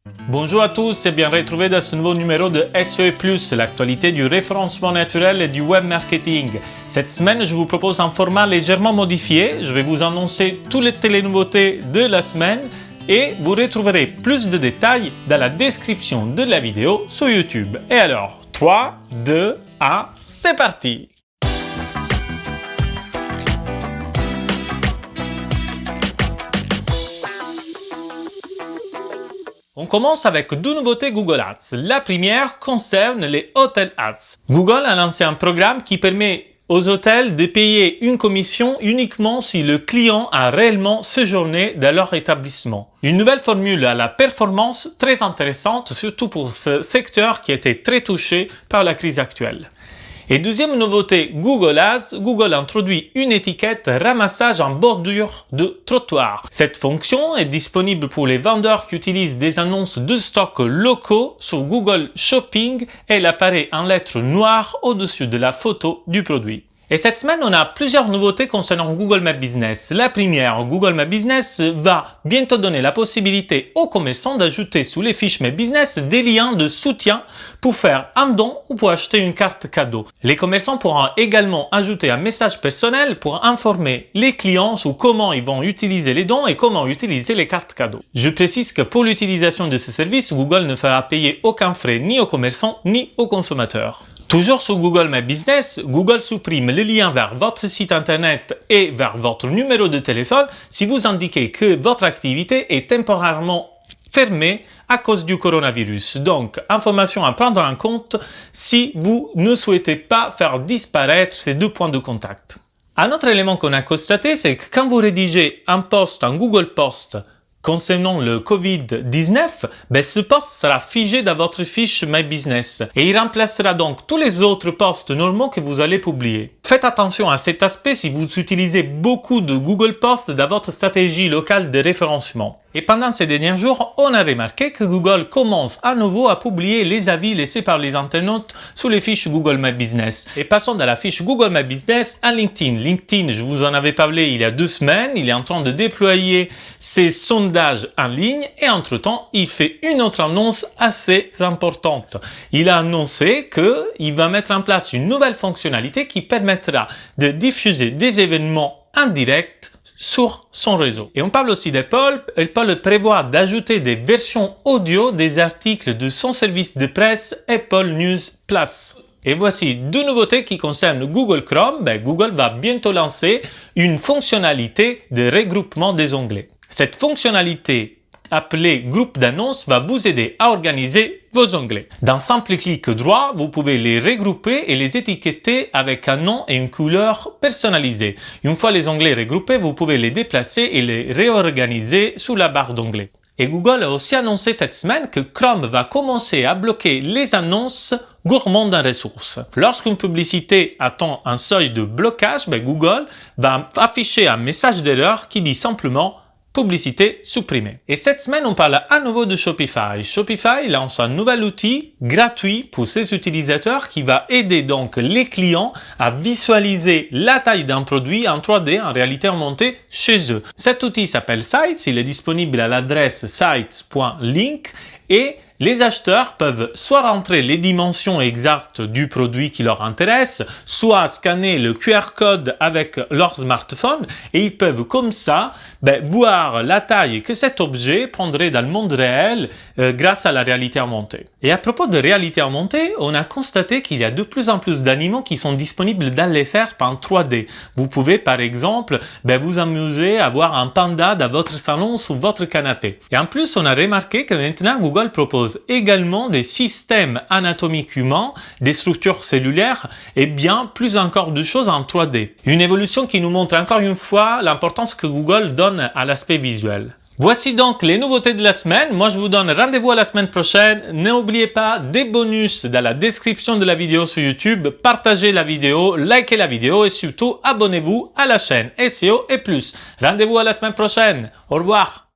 Bonjour à tous et bien retrouvé dans ce nouveau numéro de SEO+, l'actualité du référencement naturel et du web marketing. Cette semaine, je vous propose un format légèrement modifié. Je vais vous annoncer toutes les télénouveautés de la semaine et vous retrouverez plus de détails dans la description de la vidéo sur YouTube. Et alors, 3, 2, 1, c'est parti! On commence avec deux nouveautés Google Ads. La première concerne les Hotel Ads. Google a lancé un programme qui permet aux hôtels de payer une commission uniquement si le client a réellement séjourné dans leur établissement. Une nouvelle formule à la performance très intéressante, surtout pour ce secteur qui a été très touché par la crise actuelle. Et deuxième nouveauté Google Ads, Google introduit une étiquette ramassage en bordure de trottoir. Cette fonction est disponible pour les vendeurs qui utilisent des annonces de stock locaux sur Google Shopping et elle apparaît en lettres noires au-dessus de la photo du produit. Et cette semaine, on a plusieurs nouveautés concernant Google My Business. La première, Google My Business va bientôt donner la possibilité aux commerçants d'ajouter sous les fiches My Business des liens de soutien pour faire un don ou pour acheter une carte cadeau. Les commerçants pourront également ajouter un message personnel pour informer les clients sur comment ils vont utiliser les dons et comment utiliser les cartes cadeaux. Je précise que pour l'utilisation de ce service, Google ne fera payer aucun frais ni aux commerçants ni aux consommateurs. Toujours sur Google My Business, Google supprime le lien vers votre site internet et vers votre numéro de téléphone si vous indiquez que votre activité est temporairement fermée à cause du coronavirus. Donc, information à prendre en compte si vous ne souhaitez pas faire disparaître ces deux points de contact. Un autre élément qu'on a constaté, c'est que quand vous rédigez un post en Google Post concernant le Covid-19, ce post sera figé dans votre fiche My Business et il remplacera donc tous les autres posts normaux que vous allez publier. Faites attention à cet aspect si vous utilisez beaucoup de Google Posts dans votre stratégie locale de référencement. Et pendant ces derniers jours, on a remarqué que Google commence à nouveau à publier les avis laissés par les internautes sur les fiches Google My Business. Et passons dans la fiche Google My Business à LinkedIn. LinkedIn, je vous en avais parlé il y a 2 semaines, il est en train de déployer ses sondages en ligne et entre-temps, il fait une autre annonce assez importante. Il a annoncé qu'il va mettre en place une nouvelle fonctionnalité qui permettra de diffuser des événements en direct sur son réseau. Et on parle aussi d'Apple. Apple prévoit d'ajouter des versions audio des articles de son service de presse Apple News Plus. Et voici deux nouveautés qui concernent Google Chrome. Google va bientôt lancer une fonctionnalité de regroupement des onglets. Cette fonctionnalité appelée groupe d'annonces va vous aider à organiser vos onglets. D'un simple clic droit, vous pouvez les regrouper et les étiqueter avec un nom et une couleur personnalisée. Une fois les onglets regroupés, vous pouvez les déplacer et les réorganiser sous la barre d'onglets. Et Google a aussi annoncé cette semaine que Chrome va commencer à bloquer les annonces gourmandes en ressources. Lorsqu'une publicité atteint un seuil de blocage, Google va afficher un message d'erreur qui dit simplement publicité supprimée. Et cette semaine, on parle à nouveau de Shopify. Shopify lance un nouvel outil gratuit pour ses utilisateurs qui va aider donc les clients à visualiser la taille d'un produit en 3D en réalité augmentée chez eux. Cet outil s'appelle Sites, il est disponible à l'adresse sites.link et les acheteurs peuvent soit rentrer les dimensions exactes du produit qui leur intéresse, soit scanner le QR code avec leur smartphone et ils peuvent comme ça voir la taille que cet objet prendrait dans le monde réel grâce à la réalité augmentée. Et à propos de réalité augmentée, on a constaté qu'il y a de plus en plus d'animaux qui sont disponibles dans les SERP en 3D. Vous pouvez par exemple vous amuser à voir un panda dans votre salon sous votre canapé. Et en plus, on a remarqué que maintenant Google propose également des systèmes anatomiques humains, des structures cellulaires et bien plus encore de choses en 3D. Une évolution qui nous montre encore une fois l'importance que Google donne à l'aspect visuel. Voici donc les nouveautés de la semaine. Moi, je vous donne rendez-vous à la semaine prochaine. N'oubliez pas des bonus dans la description de la vidéo sur YouTube. Partagez la vidéo, likez la vidéo et surtout abonnez-vous à la chaîne SEO et plus. Rendez-vous à la semaine prochaine. Au revoir.